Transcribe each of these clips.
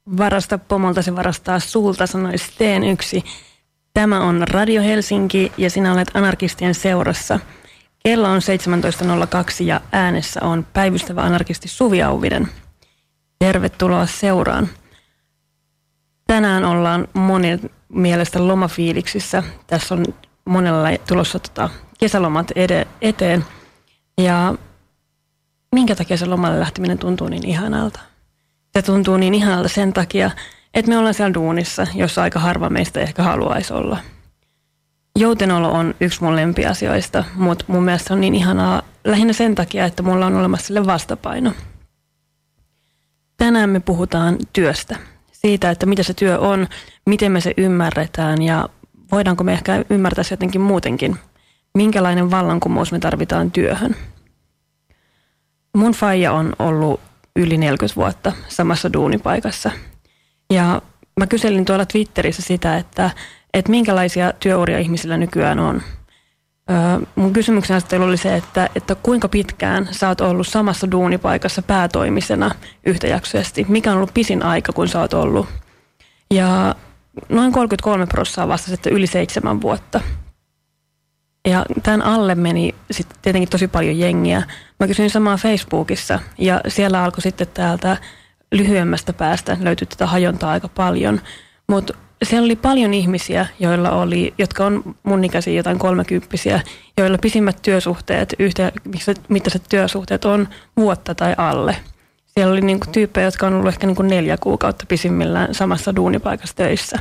Varasta pomolta, se varastaa sulta, sanoi Steen 1. Tämä on Radio Helsinki ja sinä olet Anarkistien seurassa. Kello on 17.02 ja äänessä on päivystävä anarkisti Suvi Auvinen. Tervetuloa seuraan. Tänään ollaan monen mielestä lomafiiliksissä. Tässä on monella tulossa kesälomat eteen. Ja minkä takia se lomalle lähteminen tuntuu niin ihanalta? Se tuntuu niin ihanalta sen takia, että me ollaan siellä duunissa, jossa aika harva meistä ehkä haluaisi olla. Joutenolo on yksi mun lempiasioista, mutta mun mielestä se on niin ihanaa lähinnä sen takia, että mulla on olemassa sille vastapaino. Tänään me puhutaan työstä. Siitä, että mitä se työ on, miten me se ymmärretään ja voidaanko me ehkä ymmärtää se jotenkin muutenkin. Minkälainen vallankumous me tarvitaan työhön. Mun faija on ollut yli 40 vuotta samassa duunipaikassa. Ja mä kyselin tuolla Twitterissä sitä, että minkälaisia työuria ihmisillä nykyään on. Mun kysymyksen asettelu oli se, että kuinka pitkään sä oot ollut samassa duunipaikassa päätoimisena yhtäjaksoisesti. Mikä on ollut pisin aika, kun sä oot ollut. Ja noin 33% vastasi, että yli 7 vuotta. Ja tämän alle meni sitten tietenkin tosi paljon jengiä. Mä kysyin samaa Facebookissa ja siellä alkoi sitten täältä lyhyemmästä päästä löytyi tätä hajontaa aika paljon. Mutta siellä oli paljon ihmisiä, jotka on mun ikäisiä jotain 30-vuotiaita, joilla pisimmät työsuhteet, mittaiset työsuhteet on vuotta tai alle. Siellä oli niinku tyyppejä, jotka on ollut ehkä niinku 4 kuukautta pisimmillään samassa duunipaikassa töissä.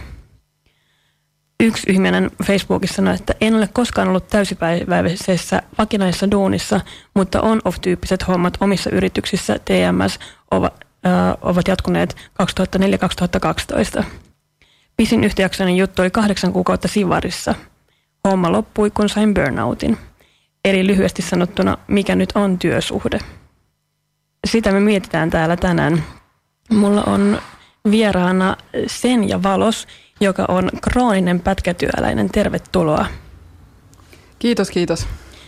Yksi ihminen Facebookissa sanoi, että en ole koskaan ollut täysipäiväisessä vakinaisessa duunissa, mutta on-off-tyyppiset hommat omissa yrityksissä TMS ovat jatkuneet 2004-2012. Pisin yhtäjaksoinen juttu oli 8 kuukautta Sivarissa. Homma loppui, kun sain burnoutin. Eli lyhyesti sanottuna, mikä nyt on työsuhde. Sitä me mietitään täällä tänään. Mulla on vieraana Senja Valos, joka on krooninen pätkätyöläinen. Tervetuloa. Kiitos.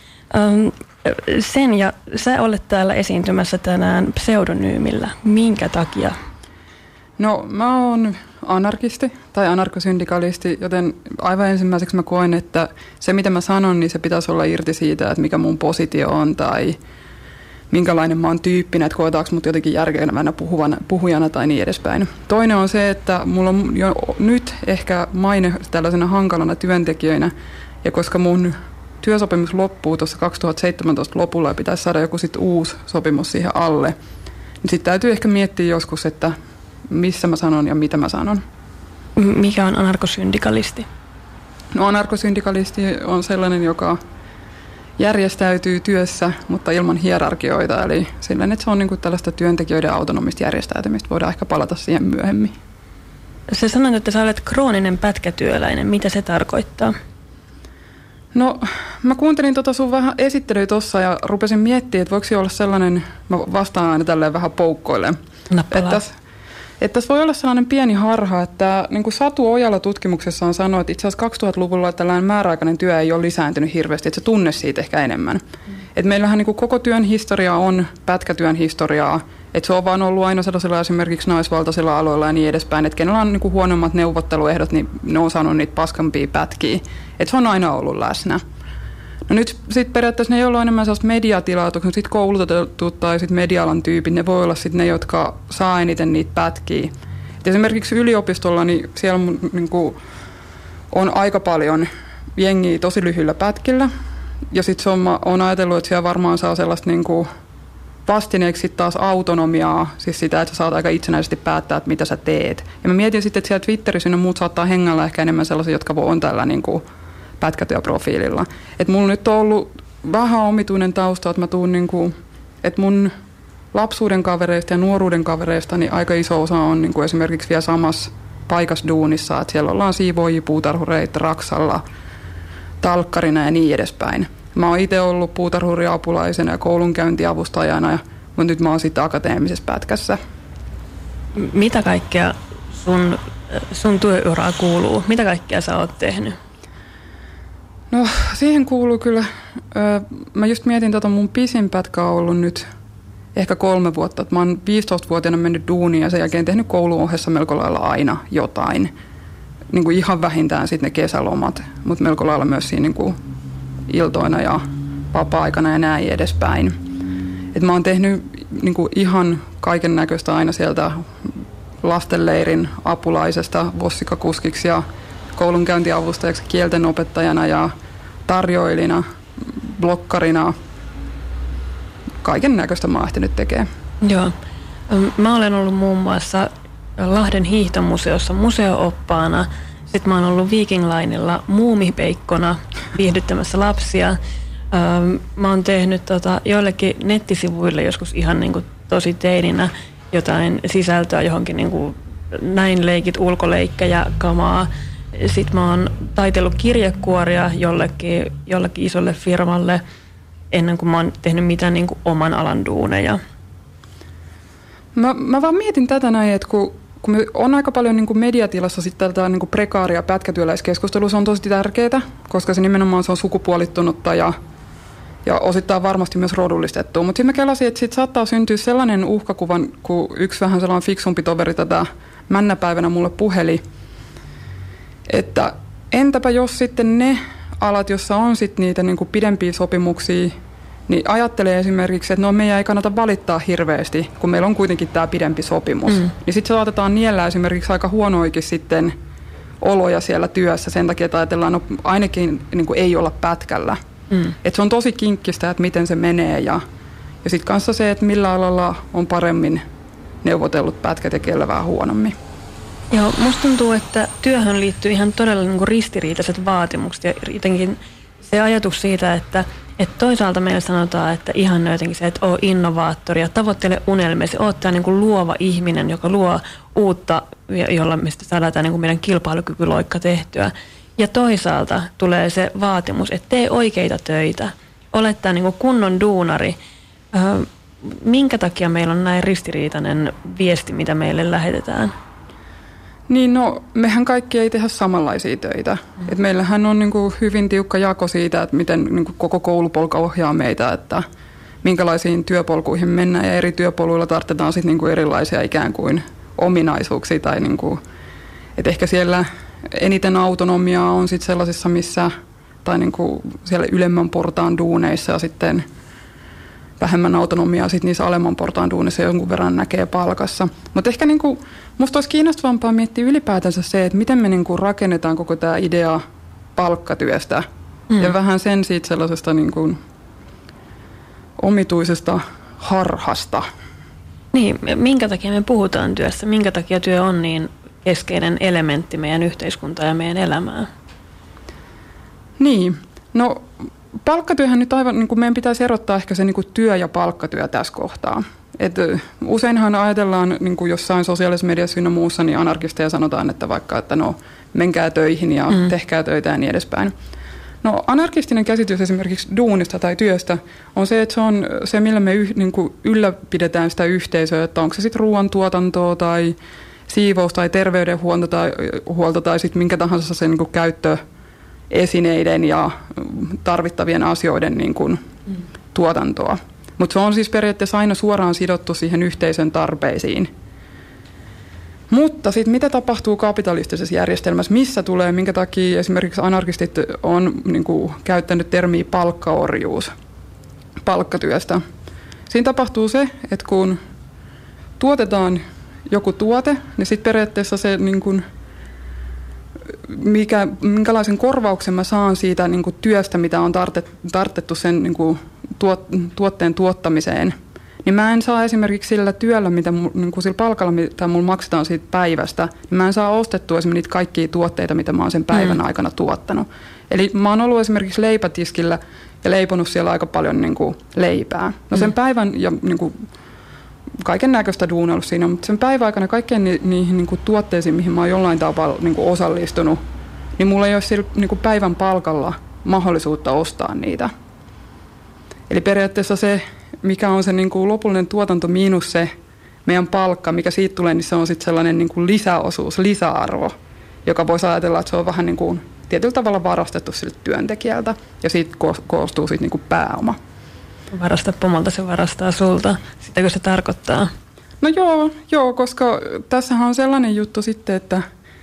Senja, sä olet täällä esiintymässä tänään pseudonyymillä. Minkä takia? No, mä oon anarkisti tai anarkosyndikalisti, joten aivan ensimmäiseksi mä koen, että se mitä mä sanon, niin se pitäisi olla irti siitä, että mikä mun positio on tai minkälainen mä oon tyyppinen, että koetaanko mut jotenkin järkevänä puhujana tai niin edespäin. Toinen on se, että mulla on jo nyt ehkä maine tällaisena hankalana työntekijänä, ja koska mun työsopimus loppuu tuossa 2017 lopulla ja pitäisi saada joku sit uusi sopimus siihen alle, niin sitten täytyy ehkä miettiä joskus, että missä mä sanon ja mitä mä sanon. Mikä on anarkosyndikalisti? No, anarkosyndikalisti on sellainen, joka järjestäytyy työssä, mutta ilman hierarkioita. Eli sillä, että se on niinku tällaista työntekijöiden autonomista järjestäytymistä. Voidaan ehkä palata siihen myöhemmin. Sä sanoit, että sä olet krooninen pätkätyöläinen. Mitä se tarkoittaa? No, mä kuuntelin sun vähän esittelyä tossa ja rupesin miettimään, että voiko se olla sellainen, mä vastaan aina tälleen vähän poukkoille. Että tässä voi olla sellainen pieni harha, että niin kuin Satu Ojala tutkimuksessaan sanoi, että itse asiassa 2000-luvulla tällainen määräaikainen työ ei ole lisääntynyt hirveästi, että se tunne siitä ehkä enemmän. Että meillähän niin kuin koko työn historia on pätkätyön historiaa, että se on vaan ollut aina sellaisilla esimerkiksi naisvaltaisilla aloilla ja niin edespäin, että kenellä on niin kuin huonommat neuvotteluehdot, niin ne on saanut niitä paskampia pätkiä, että se on aina ollut läsnä. No nyt sitten periaatteessa ne ei ole enemmän sellaista mediatilaa, kun sitten koulutettu tai sitten media-alan tyypit, ne voi olla sitten ne, jotka saa eniten niitä pätkiä. Et esimerkiksi yliopistolla, niin siellä niinku on aika paljon jengiä tosi lyhyillä pätkillä. Ja sitten on ajatellut, että siellä varmaan saa sellaista niinku vastineeksi sitten taas autonomiaa, siis sitä, että sä saat aika itsenäisesti päättää, että mitä sä teet. Ja mä mietin sitten, että siellä Twitterissä ne muut saattaa hengällä ehkä enemmän sellaisia, jotka on tällä niinku pätkätyöprofiililla. Että mulla nyt on ollut vähän omituinen tausta, että mä tuun niinku, että mun lapsuuden kavereista ja nuoruuden kavereista niin aika iso osa on niinku esimerkiksi vielä samassa paikassa duunissa, että siellä ollaan siivoojia, puutarhureita, raksalla, talkkarina ja niin edespäin. Mä oon itse ollut puutarhuriapulaisena ja koulunkäyntiavustajana, mutta nyt mä oon sitten akateemisessa pätkässä. Mitä kaikkea sun työuraa kuuluu? Mitä kaikkea sä oot tehnyt? No, siihen kuuluu kyllä. Mä just mietin, mun pisin pätkä on ollut nyt ehkä 3 vuotta. Mä oon 15-vuotiaana mennyt duuniin ja sen jälkeen tehnyt koulun ohessa melko lailla aina jotain. Niin kuin ihan vähintään sitten ne kesälomat, mutta melko lailla myös siinä niin kuin iltoina ja vapaa-aikana ja näin edespäin. Et mä oon tehnyt niin kuin ihan kaiken näköistä aina sieltä lastenleirin apulaisesta vossikakuskiksi ja koulunkäyntiavustajaksi, kieltenopettajana ja tarjoilina, blokkarina. Kaiken näköistä mä oon ehtinyt tekemään. Joo. Mä olen ollut muun muassa Lahden hiihtomuseossa museo-oppaana. Sitten mä oon ollut Viking Linella muumipeikkona viihdyttämässä lapsia. Mä oon tehnyt joillekin nettisivuille joskus ihan niin kuin tosi teininä jotain sisältöä johonkin niin kuin näin leikit ulkoleikkejä kamaa. Sitten mä oon taitellut kirjekuoria jollekin isolle firmalle ennen kuin mä oon tehnyt mitään niin kuin oman alan duuneja. Mä vaan mietin tätä näin, että kun me on aika paljon niin kuin mediatilassa sitten tätä niin kuin prekaaria pätkätyöläiskeskustelu, se on tosi tärkeää, koska se nimenomaan se on sukupuolittunutta ja osittain varmasti myös rodullistettua. Mutta sitten mä kelasin, että siitä saattaa syntyä sellainen uhkakuva, kun yksi vähän sellainen fiksumpi toveri tätä männäpäivänä mulle puheli, että entäpä jos sitten ne alat, jossa on sitten niitä niin kuin pidempiä sopimuksia, niin ajattelee esimerkiksi, että no meidän ei kannata valittaa hirveästi, kun meillä on kuitenkin tämä pidempi sopimus. Niin sitten se saatetaan niellä esimerkiksi aika huonoikin sitten oloja siellä työssä sen takia, että ajatellaan, no ainakin niin kuin ei olla pätkällä. Että se on tosi kinkkistä, että miten se menee ja sitten kanssa se, että millä alalla on paremmin neuvotellut pätkät ja kellä vähän huonommin. Joo, musta tuntuu, että työhön liittyy ihan todella niin kuin ristiriitaiset vaatimukset ja jotenkin se ajatus siitä, että toisaalta meillä sanotaan, että ihan jotenkin se, että oo innovaattori ja tavoittele unelmesi, oot tämä niin kuin luova ihminen, joka luo uutta, jolla mistä saadaan tämä niin kuin meidän kilpailukykyloikka tehtyä. Ja toisaalta tulee se vaatimus, että tee oikeita töitä, ole tämä niin kuin kunnon duunari. Minkä takia meillä on näin ristiriitainen viesti, mitä meille lähetetään? Niin no, mehän kaikki ei tehdä samanlaisia töitä. Et meillähän on niinku hyvin tiukka jako siitä, että miten niinku koko koulupolka ohjaa meitä, että minkälaisiin työpolkuihin mennään. Ja eri työpoluilla tarvitaan sitten niinku erilaisia ikään kuin ominaisuuksia. Tai niinku, et ehkä siellä eniten autonomiaa on sitten sellaisissa, missä, tai niinku siellä ylemmän portaan duuneissa ja sitten vähemmän autonomiaa sit niissä alemman portaan duunissa jonkun verran näkee palkassa. Mutta ehkä niinku, musta olisi kiinnostavampaa miettiä ylipäätänsä se, että miten me niinku rakennetaan koko tämä idea palkkatyöstä. Ja vähän sen siitä sellaisesta niinku omituisesta harhasta. Niin, minkä takia me puhutaan työssä? Minkä takia työ on niin keskeinen elementti meidän yhteiskuntaa ja meidän elämää? Niin, no palkkatyöhän nyt aivan, niin kuin meidän pitäisi erottaa ehkä se niin kuin työ ja palkkatyö tässä kohtaa. Et useinhan ajatellaan niin kuin jossain sosiaalisessa mediassa ynnä muussa, niin anarkisteja sanotaan, että vaikka, että no menkää töihin ja tehkää töitä ja niin edespäin. No anarkistinen käsitys esimerkiksi duunista tai työstä on se, että se on se, millä me niin kuin ylläpidetään sitä yhteisöä, että onko se sitten ruoantuotantoa tai siivous tai terveydenhuolto tai sitten minkä tahansa se niin kuin käyttöesineiden ja tarvittavien asioiden niin kuin tuotantoa. Mutta se on siis periaatteessa aina suoraan sidottu siihen yhteisön tarpeisiin. Mutta sitten mitä tapahtuu kapitalistisessa järjestelmässä, missä tulee, minkä takia esimerkiksi anarkistit on niin kuin käyttänyt termiä palkkaorjuus palkkatyöstä. Siinä tapahtuu se, että kun tuotetaan joku tuote, niin sitten periaatteessa se, niin kuin, minkälaisen korvauksen mä saan siitä niin kuin työstä, mitä on tartettu sen niin kuin tuotteen tuottamiseen, niin mä en saa esimerkiksi sillä työllä, niin kuin sillä palkalla, mitä mulla maksetaan siitä päivästä, niin mä en saa ostettua esimerkiksi niitä kaikkia tuotteita, mitä mä oon sen päivän aikana tuottanut. Eli mä oon ollut esimerkiksi leipätiskillä ja leiponut siellä aika paljon niin kuin leipää. No sen päivän ja niin kuin kaiken näköistä duunailu siinä, mutta sen päivän aikana kaikkien niihin niin kuin tuotteisiin, mihin mä oon jollain tavalla niin kuin osallistunut, niin mulla ei ole sillä niin kuin päivän palkalla mahdollisuutta ostaa niitä. Eli periaatteessa se, mikä on se niin kuin lopullinen tuotanto miinus se meidän palkka, mikä siitä tulee, niin se on sitten sellainen niin kuin lisäosuus, lisäarvo, joka voisi ajatella, että se on vähän niin kuin tietyllä tavalla varastettu siltä työntekijältä ja siitä koostuu sitten niin kuin pääoma. varasta pomolta, se varastaa sulta. Sitäkö se tarkoittaa? No joo, koska tässähän on sellainen juttu sitten, että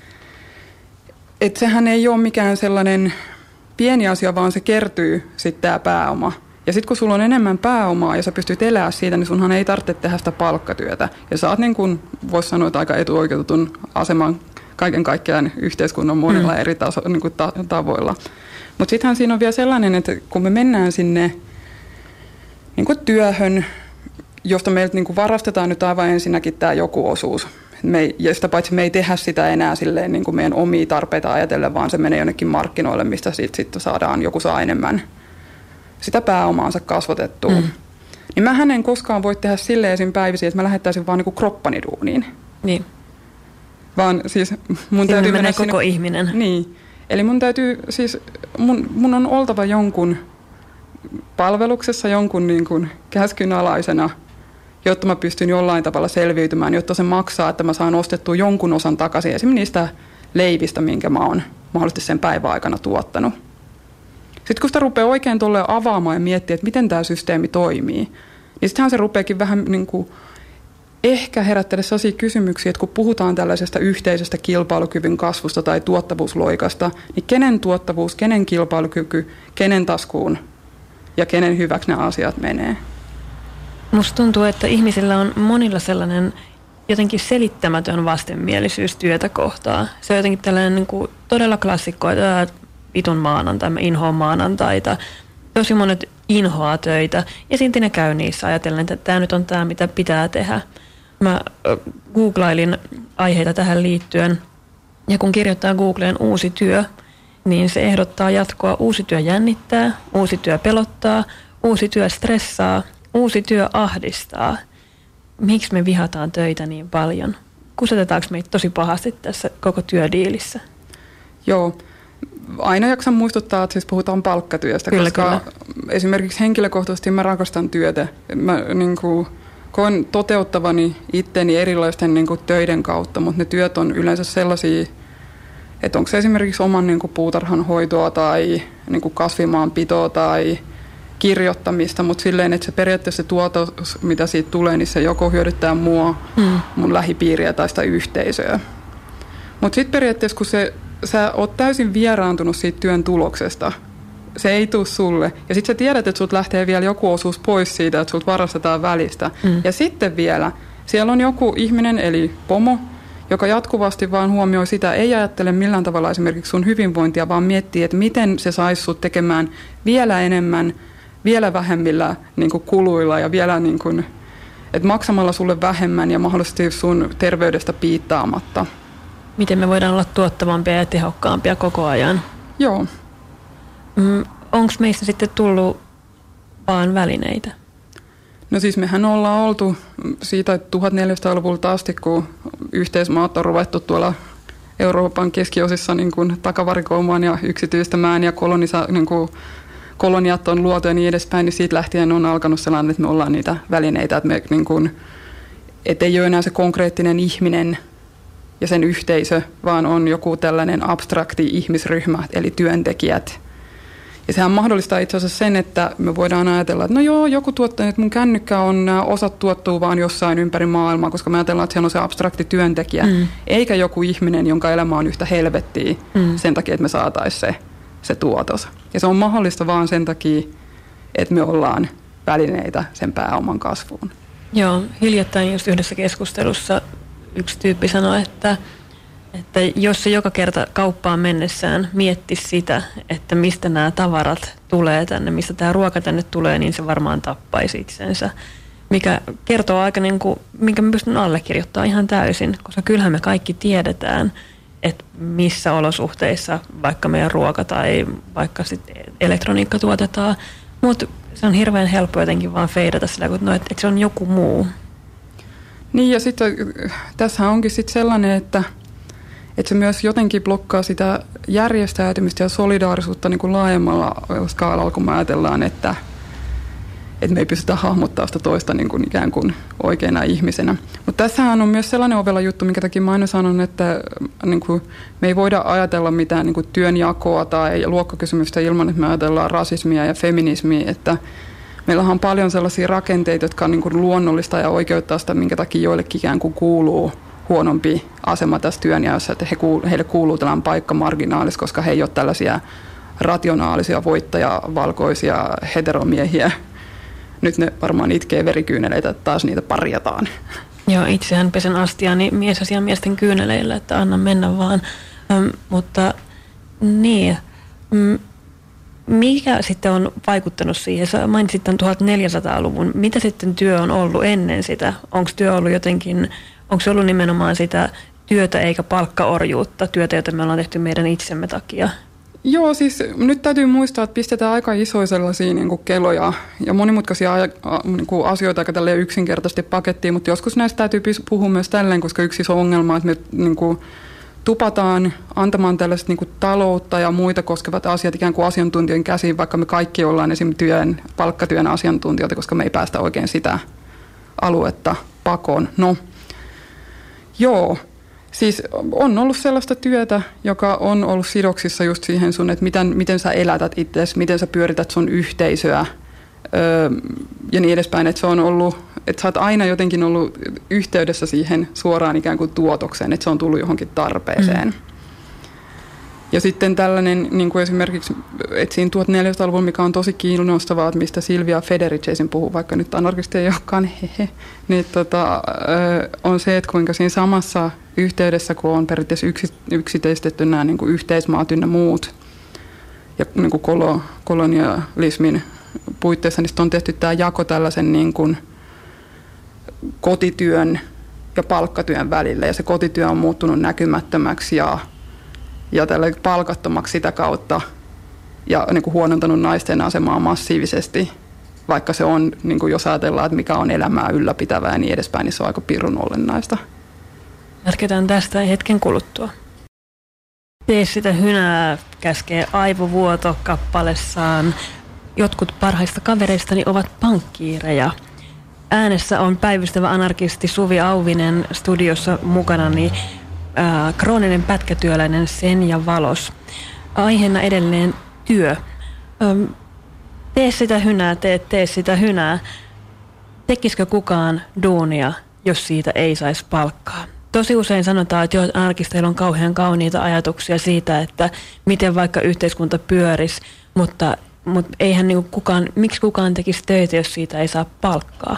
sehän ei ole mikään sellainen pieni asia, vaan se kertyy sitten tämä pääoma. Ja sitten kun sulla on enemmän pääomaa ja sä pystyt elämään siitä, niin sunhan ei tarvitse tehdä sitä palkkatyötä. Ja sä oot niin kuin, voisi sanoa, että aika etuoikeutetun aseman kaiken kaikkiaan yhteiskunnan monilla eri niin kuin tavoilla. Mutta sittenhän siinä on vielä sellainen, että kun me mennään sinne niin kuin työhön, josta meiltä niin kuin varastetaan nyt aivan ensinnäkin tämä joku osuus. Ja sitä paitsi me ei tehdä sitä enää silleen niin kuin meidän omia tarpeita ajatellen, vaan se menee jonnekin markkinoille, mistä sitten saadaan, joku saa enemmän sitä pääomaansa kasvatettua. Niin mähän en koskaan voi tehdä silleen esim. Päivisin, että mä lähettäisin vaan niin kuin kroppani duuniin. Niin. Vaan siis mun täytyy menee koko ihminen. Niin. Eli mun täytyy siis, mun on oltava jonkun palveluksessa, jonkun niin kuin käskyn alaisena, jotta mä pystyn jollain tavalla selviytymään, jotta se maksaa, että mä saan ostettua jonkun osan takaisin esimerkiksi niistä leivistä, minkä mä oon mahdollisesti sen päivän aikana tuottanut. Sitten kun sitä rupeaa oikein tolleen avaamaan ja miettimään, että miten tämä systeemi toimii, niin sittenhän se rupeakin vähän niin kuin ehkä herättänyt sellaisia kysymyksiä, että kun puhutaan tällaisesta yhteisestä kilpailukyvyn kasvusta tai tuottavuusloikasta, niin kenen tuottavuus, kenen kilpailukyky, kenen taskuun ja kenen hyväksi nämä asiat menee? Musta tuntuu, että ihmisillä on monilla sellainen jotenkin selittämätön vastenmielisyys työtä kohtaan. Se on jotenkin tällainen niin kuin todella klassikko, että vitun maanantai, mä inhoan maanantaita. Tosi monet inhoaa töitä ja silti ne käy niissä ajatellen, että tämä nyt on tämä, mitä pitää tehdä. Mä googlailin aiheita tähän liittyen ja kun kirjoittaa Googleen uusi työ, niin se ehdottaa jatkoa uusi työ jännittää, uusi työ pelottaa, uusi työ stressaa, uusi työ ahdistaa. Miksi me vihataan töitä niin paljon? Kusetetaanko meitä tosi pahasti tässä koko työdiilissä? Joo. Aina jaksan muistuttaa, että siis puhutaan palkkatyöstä, koska esimerkiksi henkilökohtaisesti mä rakastan työtä. Mä niin kuin koen toteuttavani itteni erilaisten niin kuin töiden kautta, mutta ne työt on yleensä sellaisia, että onko se esimerkiksi oman niin kuin puutarhan hoitoa tai niin kuin kasvimaanpitoa tai kirjoittamista, mutta silleen, että se periaatteessa se tuotos, mitä siitä tulee, niin se joko hyödyttää mua, mun lähipiiriä tai sitä yhteisöä. Mutta sitten periaatteessa, kun sä oot täysin vieraantunut siitä työn tuloksesta, se ei tule sulle. Ja sitten sä tiedät, että sulta lähtee vielä joku osuus pois siitä, että sulta varastetaan välistä. Ja sitten vielä, siellä on joku ihminen, eli pomo, joka jatkuvasti vaan huomioi sitä, ei ajattele millään tavalla esimerkiksi sun hyvinvointia, vaan miettii, että miten se saisi sut tekemään vielä enemmän, vielä vähemmillä niin kuin kuluilla ja vielä niin kuin, että maksamalla sulle vähemmän ja mahdollisesti sun terveydestä piittaamatta. Miten me voidaan olla tuottavampia ja tehokkaampia koko ajan? Joo. Onko meistä sitten tullut vaan välineitä? No siis mehän ollaan oltu siitä 1400-luvulta asti, kun yhteismaat on ruvettu tuolla Euroopan keskiosissa niin kuin takavarikoimaan ja yksityistämään ja niin kuin koloniat on luotu ja niin edespäin, niin siitä lähtien on alkanut sellainen, että me ollaan niitä välineitä, että me niin kuin, et ei ole enää se konkreettinen ihminen ja sen yhteisö, vaan on joku tällainen abstrakti ihmisryhmä, eli työntekijät. Ja sehän mahdollistaa itse asiassa sen, että me voidaan ajatella, että no joo, joku tuottaa, että mun kännykkä on, nämä osat tuottuu vaan jossain ympäri maailmaa, koska me ajatellaan, että siellä on se abstrakti työntekijä, eikä joku ihminen, jonka elämä on yhtä helvettiä sen takia, että me saataisiin se tuotos. Ja se on mahdollista vaan sen takia, että me ollaan välineitä sen pääoman kasvuun. Joo, hiljattain just yhdessä keskustelussa yksi tyyppi sanoi, että jos se joka kerta kauppaan mennessään miettisi sitä, että mistä nämä tavarat tulee tänne, mistä tämä ruoka tänne tulee, niin se varmaan tappaisi itsensä. Mikä kertoo aika niin kuin, minkä mä pystyn allekirjoittamaan ihan täysin, koska kyllähän me kaikki tiedetään, että missä olosuhteissa vaikka meidän ruoka tai vaikka sitten elektroniikka tuotetaan, mutta se on hirveän helppo jotenkin vaan feidata sillä, että se on joku muu. Niin ja sitten tässä onkin sitten sellainen, että se myös jotenkin blokkaa sitä järjestäytymistä ja solidaarisuutta niin kuin laajemmalla skaalalla, kun me ajatellaan, että me ei pystytä hahmottaa sitä toista niin kuin ikään kuin oikeana ihmisenä. Mutta tässähän on myös sellainen ovella juttu, minkä takia mä aina sanon, että niin kuin, me ei voida ajatella mitään niin kuin työnjakoa tai luokkakysymystä ilman, että me ajatellaan rasismia ja feminismiä, että Meillähän on paljon sellaisia rakenteita, jotka on niin kuin luonnollista ja oikeuttaa sitä, minkä takia joillekin ikään kuin kuuluu huonompi asema tässä työnjaossa, että heille kuuluu tällainen paikka marginaalis, koska he ei ole tällaisia rationaalisia voittajavalkoisia heteromiehiä. Nyt ne varmaan itkee verikyyneleitä, että taas niitä parjataan. Joo, itsehän pesen astiaani miesasiamiesten kyyneleillä, että anna mennä vaan. Mutta niin, mikä sitten on vaikuttanut siihen? Sä mainitsit tämän 1400-luvun. Mitä sitten työ on ollut ennen sitä? Onko työ ollut jotenkin, onko se ollut nimenomaan sitä työtä eikä palkkaorjuutta, työtä, jota me ollaan tehty meidän itsemme takia? Joo, siis nyt täytyy muistaa, että pistetään aika isoja sellaisia niin kuin keloja ja monimutkaisia niin kuin asioita aika tälleen yksinkertaisesti pakettiin, mutta joskus näistä täytyy puhua myös tälleen, koska yksi iso ongelma, että me niin kuin tupataan antamaan tällaiset niin kuin taloutta ja muita koskevat asiat ikään kuin asiantuntijoiden käsiin, vaikka me kaikki ollaan esimerkiksi palkkatyön asiantuntijoita, koska me ei päästä oikein sitä aluetta pakoon. No, joo. Siis on ollut sellaista työtä, joka on ollut sidoksissa just siihen sun, että miten sä elätät itsesi, miten sä pyörität sun yhteisöä ja niin edespäin. Että se on ollut, että sä oot aina jotenkin ollut yhteydessä siihen suoraan ikään kuin tuotokseen, että se on tullut johonkin tarpeeseen. Ja sitten tällainen, niin kuin esimerkiksi, että siinä 1400-luvulla, mikä on tosi kiinnostavaa, että mistä Silvia Federiceisin puhuu, vaikka nyt anarkisti ei olekaan, niin on se, että kuinka siinä samassa yhteydessä, kun on periaatteessa yksityistetty nämä niin kuin yhteismaat ynnä muut, ja niin kuin kolonialismin puitteissa, niin on tehty tämä jako tällaisen niin kuin kotityön ja palkkatyön välillä, ja se kotityö on muuttunut näkymättömäksi ja tällä palkattomaksi sitä kautta ja niin kuin huonontanut naisten asemaa massiivisesti, vaikka se on, niin kuin jos ajatellaan, että mikä on elämää ylläpitävää ja niin edespäin, niin se on aika pirun olennaista. Jatketaan tästä hetken kuluttua. Tee sitä hynää, käskee Aivovuoto kappalessaan. Jotkut parhaista kavereistani ovat pankkiireja. Äänessä on päivystävä anarkisti Suvi Auvinen, studiossa mukanani krooninen pätkätyöläinen Senja Valos. Aiheena edelleen työ. Tee sitä hynää, tee sitä hynää. Tekisikö kukaan duunia, jos siitä ei saisi palkkaa? Tosi usein sanotaan, että anarkisteilla on kauhean kauniita ajatuksia siitä, että miten vaikka yhteiskunta pyörisi, mutta eihän niin miksi kukaan tekisi töitä, jos siitä ei saa palkkaa?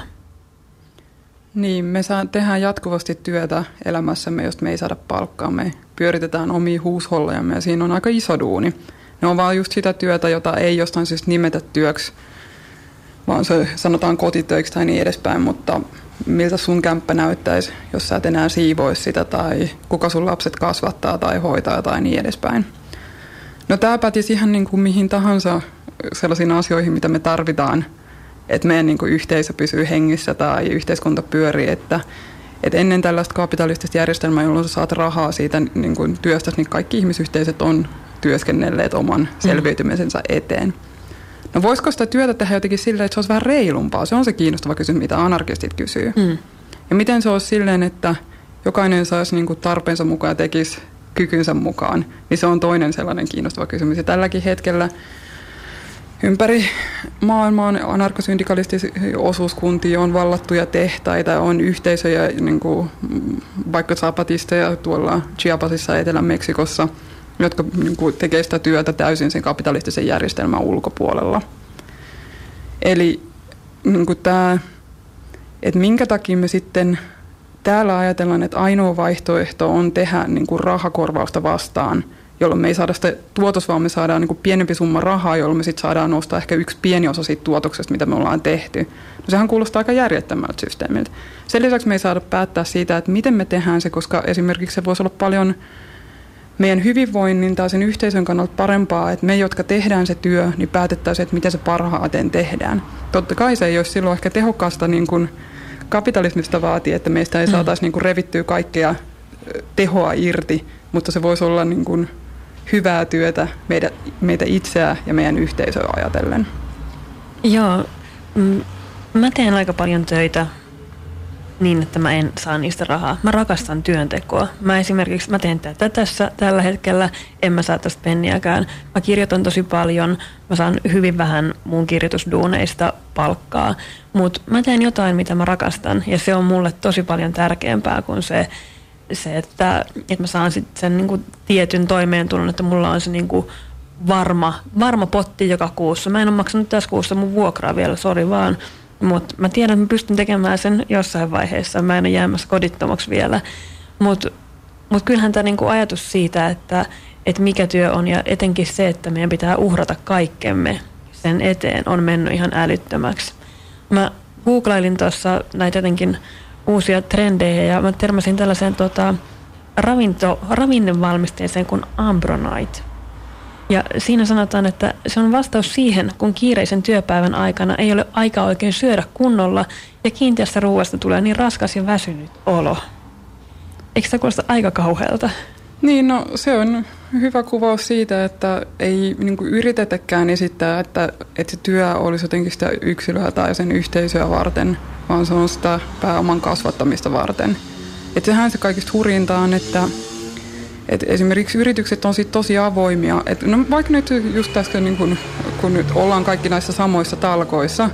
Niin, me tehdään jatkuvasti työtä elämässämme, josta me ei saada palkkaa. Me pyöritetään omia huushollejamme ja siinä on aika iso duuni. Ne on vaan just sitä työtä, jota ei jostain siis nimetä työksi, vaan se sanotaan kotitöiksi tai niin edespäin, mutta miltä sun kämppä näyttäisi, jos sä et enää siivoisi sitä tai kuka sun lapset kasvattaa tai hoitaa tai niin edespäin. No tää pätisi ihan niin kuin mihin tahansa sellaisiin asioihin, mitä me tarvitaan, että meidän niin kuin yhteisö pysyy hengissä tai yhteiskunta pyörii, että ennen tällaista kapitalistista järjestelmää, jolloin sä saat rahaa siitä niin kuin työstäsi, niin kaikki ihmisyhteisöt on työskennelleet oman selviytymisensä eteen. No voisiko sitä työtä tehdä jotenkin silleen, että se olisi vähän reilumpaa? Se on se kiinnostava kysymys, mitä anarkistit kysyy. Ja miten se olisi silleen, että jokainen saisi niin kuin tarpeensa mukaan ja tekisi kykynsä mukaan, niin se on toinen sellainen kiinnostava kysymys. Ja tälläkin hetkellä ympäri maailmaa anarkosyndikalistisia osuuskuntia on vallattuja tehtaita, on yhteisöjä, niin kuin vaikka zapatisteja tuolla Chiapasissa Etelä-Meksikossa, jotka niin kuin tekee sitä työtä täysin sen kapitalistisen järjestelmän ulkopuolella. Eli niin kuin tämä, että minkä takia me sitten täällä ajatellaan, että ainoa vaihtoehto on tehdä niin kuin rahakorvausta vastaan, jolloin me ei saada sitä tuotos, vaan me saadaan niin kuin pienempi summa rahaa, jolloin me sitten saadaan nostaa ehkä yksi pieni osa siitä tuotoksesta, mitä me ollaan tehty. No sehän kuulostaa aika järjettömältä systeemiltä. Sen lisäksi me ei saada päättää siitä, että miten me tehdään se, koska esimerkiksi se voisi olla paljon meidän hyvinvoinnin tai sen yhteisön kannalta parempaa, että me, jotka tehdään se työ, niin päätettäisiin, että miten se parhaiten tehdään. Totta kai se ei olisi silloin ehkä tehokkaasta niin kuin kapitalismista vaatii, että meistä ei saataisi niin kuin revittyä kaikkea tehoa irti, mutta se voisi olla niin kuin hyvää työtä meitä itseä ja meidän yhteisöä ajatellen. Joo, mä teen aika paljon töitä niin, että mä en saa niistä rahaa. Mä rakastan työntekoa. Mä teen tätä tässä tällä hetkellä, en mä saa tästä penniäkään. Mä kirjoitan tosi paljon, mä saan hyvin vähän mun kirjoitusduuneista palkkaa, mutta mä teen jotain, mitä mä rakastan, ja se on mulle tosi paljon tärkeämpää kuin se että mä saan sitten sen niin kuin tietyn toimeentulon, että mulla on se niin kuin varma potti joka kuussa. Mä en ole maksanut tässä kuussa mun vuokraa vielä, sori vaan. Mutta mä tiedän, että mä pystyn tekemään sen jossain vaiheessa. Mä en ole jäämässä kodittomaksi vielä. Mutta kyllähän tämä niinku ajatus siitä, että mikä työ on ja etenkin se, että meidän pitää uhrata kaikkemme sen eteen, on mennyt ihan älyttömäksi. Mä googlailin tuossa näitä jotenkin uusia trendejä ja mä törmäsin tällaiseen ravinnevalmisteeseen kuin Ambronite. Ja siinä sanotaan, että se on vastaus siihen, kun kiireisen työpäivän aikana ei ole aikaa oikein syödä kunnolla ja kiinteästä ruoasta tulee niin raskas ja väsynyt olo. Eikö sitä kuulosta aika kauhealta? Niin, no se on hyvä kuvaus siitä, että ei niin kuin yritetäkään esittää, että se työ olisi jotenkin sitä yksilöä tai sen yhteisöä varten, vaan se on sitä pääoman kasvattamista varten. Että sehän se kaikista hurjinta on, että esimerkiksi yritykset on sitten tosi avoimia. No vaikka nyt just tässä, niin kun nyt ollaan kaikki näissä samoissa talkoissa,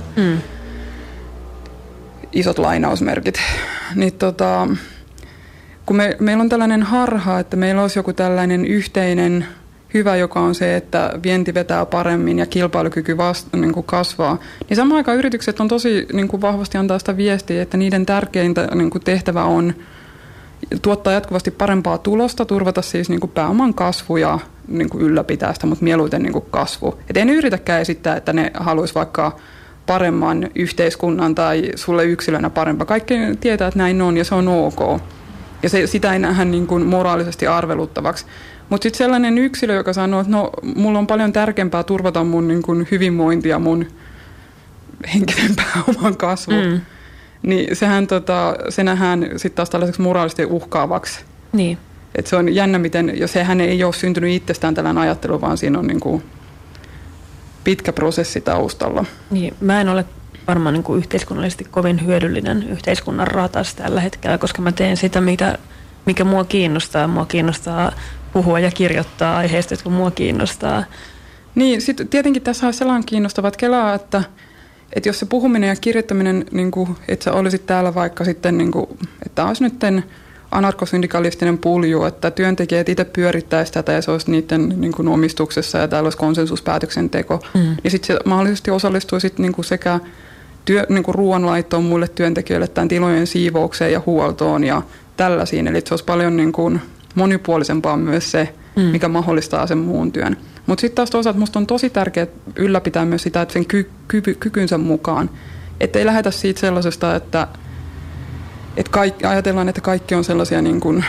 isot lainausmerkit, niin kun meillä on tällainen harha, että meillä olisi joku tällainen yhteinen hyvä, joka on se, että vienti vetää paremmin ja kilpailukyky niin kuin kasvaa, niin samaan aikaan yritykset on tosi niin kuin vahvasti antaa sitä viestiä, että niiden tärkeintä niin kuin tehtävä on tuottaa jatkuvasti parempaa tulosta, turvata siis niin kuin pääoman kasvu ja niin kuin ylläpitää sitä, mutta mieluiten niin kuin kasvu. Et en yritetäkään esittää, että ne haluaisi vaikka paremman yhteiskunnan tai sulle yksilönä parempaa. Kaikki tietää, että näin on ja se on ok. Ja sitä ei nähdä niin kuin moraalisesti arveluttavaksi. Mutta sitten sellainen yksilö, joka sanoo, että no, mulla on paljon tärkeämpää turvata mun niin kuin hyvinvointia, mun henkisen pääoman kasvu. Niin sehän se nähdään sitten taas tällaiseksi moraalisesti uhkaavaksi. Niin. Et se on jännä, miten, jos sehän ei ole syntynyt itsestään tällainen ajattelu, vaan siinä on niin kuin pitkä prosessi taustalla. Niin, mä en ole varmaan niin kuin yhteiskunnallisesti kovin hyödyllinen yhteiskunnan ratas tällä hetkellä, koska mä teen sitä, mikä mua kiinnostaa. Mua kiinnostaa puhua ja kirjoittaa aiheista, jotka mua kiinnostaa. Niin, sitten tietenkin tässä on sellainen kiinnostavat kelaa, että jos se puhuminen ja kirjoittaminen, niin kuin, että sä olisit täällä vaikka sitten, niin kuin, että olisi nyt anarkosyndikalistinen pulju, että työntekijät itse pyörittäisi tätä ja se olisi niiden niin kuin, omistuksessa ja täällä olisi konsensuspäätöksenteko. Ja sitten se mahdollisesti osallistuisi niin kuin sekä niin kuin ruoanlaittoon muille työntekijöille, tämän tilojen siivoukseen ja huoltoon ja tällaisiin. Eli se olisi paljon niin kuin, monipuolisempaa myös se, mikä mahdollistaa sen muun työn. Mutta sitten taas toisaalta musta on tosi tärkeää ylläpitää myös sitä, että sen kykynsä mukaan. Että ei lähdetä siitä sellaisesta, että ajatellaan, että kaikki on sellaisia niin kuin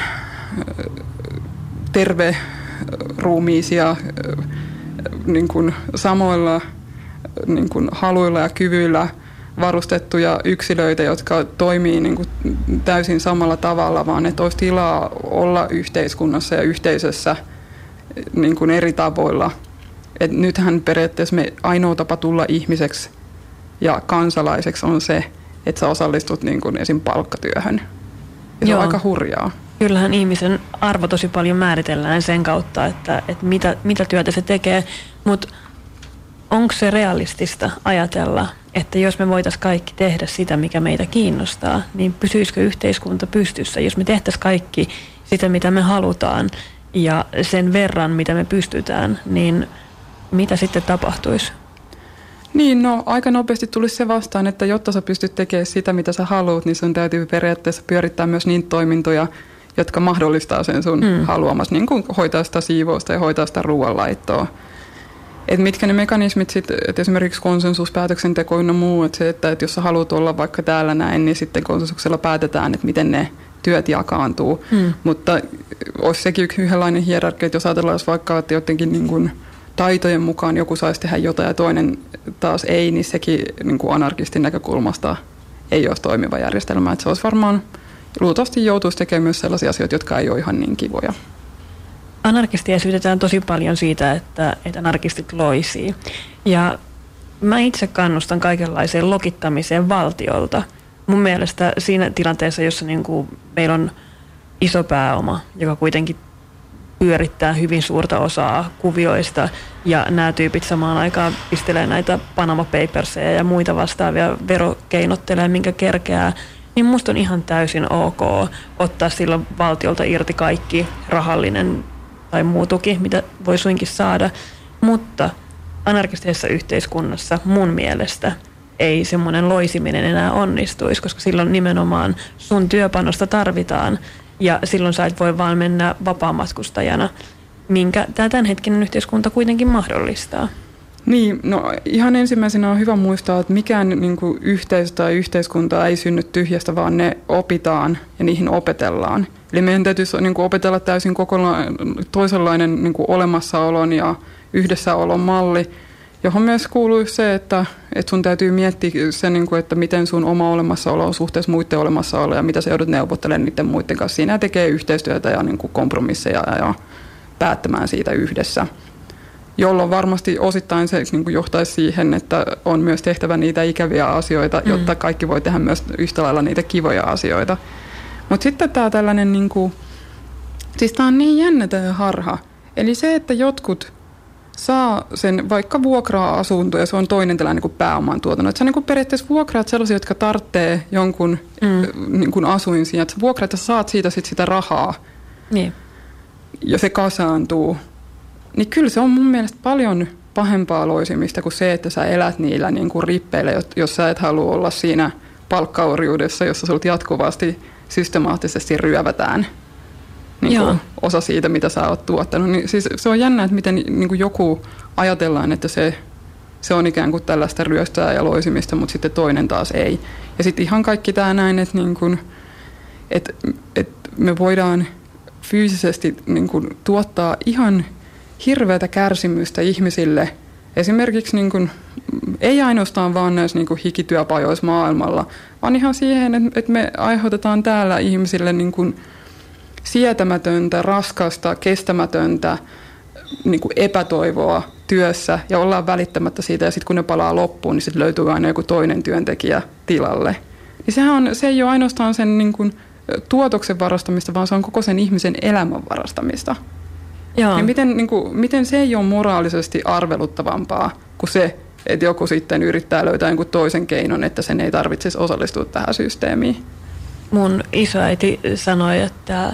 terveruumiisia niin kuin samoilla niin kuin haluilla ja kyvyillä varustettuja yksilöitä, jotka toimii niin kuin täysin samalla tavalla, vaan että olisi tilaa olla yhteiskunnassa ja yhteisössä niin kuin eri tavoilla. Et nythän periaatteessa ainoa tapa tulla ihmiseksi ja kansalaiseksi on se, että sä osallistut niin kuin esim. Palkkatyöhön. Ja se on aika hurjaa. Kyllähän ihmisen arvo tosi paljon määritellään sen kautta, että mitä työtä se tekee, mutta onko se realistista ajatella, että jos me voitaisiin kaikki tehdä sitä, mikä meitä kiinnostaa, niin pysyisikö yhteiskunta pystyssä? Jos me tehtäisiin kaikki sitä, mitä me halutaan ja sen verran, mitä me pystytään, niin mitä sitten tapahtuisi? Niin, no aika nopeasti tulisi se vastaan, että jotta sä pystyt tekemään sitä, mitä sä haluat, niin sun täytyy periaatteessa pyörittää myös niitä toimintoja, jotka mahdollistaa sen sun haluamas, niin kuin hoitaa sitä siivousta ja hoitaa sitä ruoanlaittoa. Että mitkä ne mekanismit sitten, että esimerkiksi konsensuspäätöksenteko ynnä muu, että jos sä haluat olla vaikka täällä näin, niin sitten konsensuksella päätetään, että miten ne työt jakaantuu. Mutta olisi sekin yhdenlainen hierarkia, että jos ajatellaan vaikka, että jotenkin niin kuin taitojen mukaan joku saisi tehdä jotain ja toinen taas ei, niin sekin niin kuin anarkistin näkökulmasta ei olisi toimiva järjestelmä. Että se olisi varmaan, luultavasti joutuisi tekemään myös sellaisia asioita, jotka ei ole ihan niin kivoja. Anarkistia syytetään tosi paljon siitä, että anarkistit loisii. Ja mä itse kannustan kaikenlaiseen lokittamiseen valtiolta, mun mielestä siinä tilanteessa, jossa niin kuin meillä on iso pääoma, joka kuitenkin pyörittää hyvin suurta osaa kuvioista ja nämä tyypit samaan aikaan pistelee näitä Panama Papersia ja muita vastaavia verokeinottelee, minkä kerkeää, niin musta on ihan täysin ok ottaa silloin valtiolta irti kaikki rahallinen tai muu tuki, mitä voi suinkin saada, mutta anarkistisessa yhteiskunnassa mun mielestä ei semmoinen loisiminen enää onnistuisi, koska silloin nimenomaan sun työpanosta tarvitaan ja silloin sä et voi vaan mennä vapaamatkustajana, minkä tämä tämänhetkinen yhteiskunta kuitenkin mahdollistaa. Niin, no ihan ensimmäisenä on hyvä muistaa, että mikään niin kuin yhteisö tai yhteiskunta ei synny tyhjästä, vaan ne opitaan ja niihin opetellaan. Eli meidän täytyisi niin kuin opetella täysin toisenlainen niin kuin olemassaolon ja yhdessäolon malli, johon myös kuuluu se, että sun täytyy miettiä se, niin kuin, että miten sun oma olemassaolo on suhteessa muiden olemassaoloon ja mitä sä joudut neuvottelemaan niiden muiden kanssa. Siinä tekee yhteistyötä ja niin kuin kompromisseja ja päättämään siitä yhdessä, jolloin varmasti osittain se niin kuin johtaisi siihen, että on myös tehtävä niitä ikäviä asioita, jotta kaikki voi tehdä myös yhtä lailla niitä kivoja asioita. Mutta sitten tämä tällainen, niin kuin, siis tämä on niin jännä tämä harha. Eli se, että jotkut saa sen vaikka vuokraa-asunto ja se on toinen tällainen niin kuin pääoman tuotanto. Että sä niin kuin periaatteessa vuokraat sellaisia, jotka tarvitsee jonkun niin kuin asuin siinä. Että sä vuokraat ja sä saat siitä sit sitä rahaa niin. Ja se kasaantuu. Niin kyllä se on mun mielestä paljon pahempaa loisimista kuin se, että sä elät niillä niin kuin rippeillä, jos sä et halua olla siinä palkkaorjuudessa, jossa sulta jatkuvasti systemaattisesti ryövätään niin kuin osa siitä, mitä sä oot tuottanut. Niin siis se on jännä, että miten niin kuin joku ajatellaan, että se on ikään kuin tällaista ryöstää ja loisimista, mutta sitten toinen taas ei. Ja sitten ihan kaikki tämä näin, että, niin kuin, että me voidaan fyysisesti niin kuin tuottaa ihan hirveätä kärsimystä ihmisille. Esimerkiksi niin kuin, ei ainoastaan vaan näissä niin kuin hikityöpajoissa maailmalla, vaan ihan siihen, että me aiheutetaan täällä ihmisille niin kuin sietämätöntä, raskasta, kestämätöntä niin kuin epätoivoa työssä ja ollaan välittämättä siitä ja sitten kun ne palaa loppuun, niin sitten löytyy aina joku toinen työntekijä tilalle. Niin se ei ole ainoastaan sen niin kuin tuotoksen varastamista, vaan se on koko sen ihmisen elämän varastamista. Ja miten se ei ole moraalisesti arveluttavampaa kuin se, että joku sitten yrittää löytää jonkun toisen keinon, että sen ei tarvitsisi osallistua tähän systeemiin. Mun isoäiti sanoi, että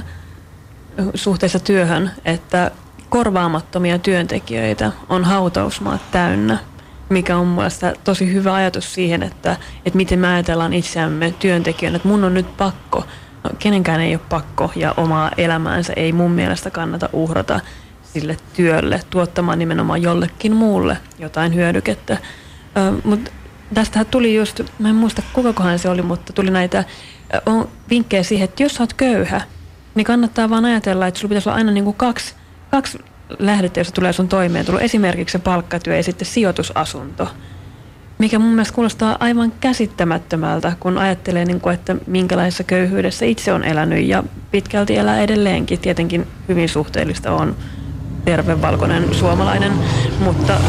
suhteessa työhön, että korvaamattomia työntekijöitä on hautausmaat täynnä, mikä on mun mielestä tosi hyvä ajatus siihen, että miten me ajatellaan itseämme työntekijöinä, että mun on nyt pakko. No, kenenkään ei ole pakko ja omaa elämäänsä ei mun mielestä kannata uhrata sille työlle, tuottamaan nimenomaan jollekin muulle jotain hyödykettä. Mutta tästähän tuli just, mä en muista kukakohan se oli, mutta tuli näitä vinkkejä siihen, että jos sä oot köyhä, niin kannattaa vaan ajatella, että sulla pitäisi olla aina niin kuin kaksi lähdettä, jossa tulee sun toimeentulo. Esimerkiksi se palkkatyö ja sitten sijoitusasunto. Mikä mun mielestä kuulostaa aivan käsittämättömältä, kun ajattelee, että minkälaisessa köyhyydessä itse on elänyt ja pitkälti elää edelleenkin. Tietenkin hyvin suhteellista on terve valkoinen suomalainen, mutta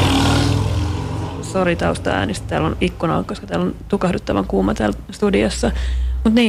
sori taustaäänistä, täällä on ikkuna, koska täällä on tukahduttavan kuuma täällä studiossa. Mutta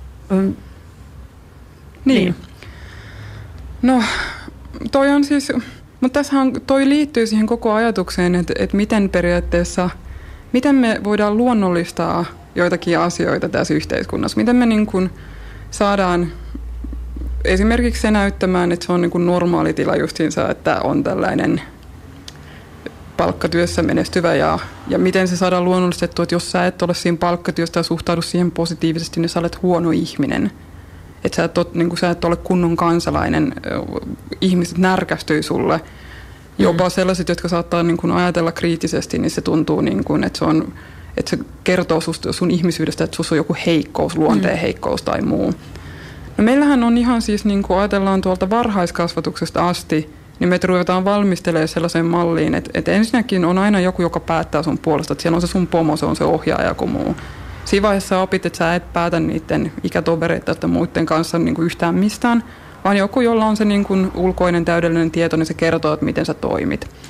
niin. No, toi on siis, mutta tässähän toi liittyy siihen koko ajatukseen, että miten periaatteessa miten me voidaan luonnollistaa joitakin asioita tässä yhteiskunnassa? Miten me niin kuin saadaan esimerkiksi se näyttämään, että se on niin kuin normaali tila justiinsa, että on tällainen palkkatyössä menestyvä ja miten se saadaan luonnollistettua, että jos sä et ole siinä palkkatyöstä ja suhtaudu siihen positiivisesti, niin sä olet huono ihminen. Että sä et ole kunnon kansalainen, ihmiset närkästyy sulle. Jopa sellaiset, jotka saattaa niin kuin ajatella kriittisesti, niin se tuntuu, niin kuin, että se kertoo sun ihmisyydestä, että sussa on joku heikkous, luonteen heikkous tai muu. No meillähän on ihan siis, niin kuin ajatellaan tuolta varhaiskasvatuksesta asti, niin me ruvetaan valmistelemaan sellaiseen malliin, että ensinnäkin on aina joku, joka päättää sun puolesta, että siellä on se sun pomo, se on se ohjaaja kuin muu. Siinä vaiheessa opit, että sä et päätä niiden ikätovereita tai muiden kanssa niin kuin yhtään mistään, vaan joku, jolla on se niin kuin ulkoinen täydellinen tieto, niin se kertoo, että miten sä toimit.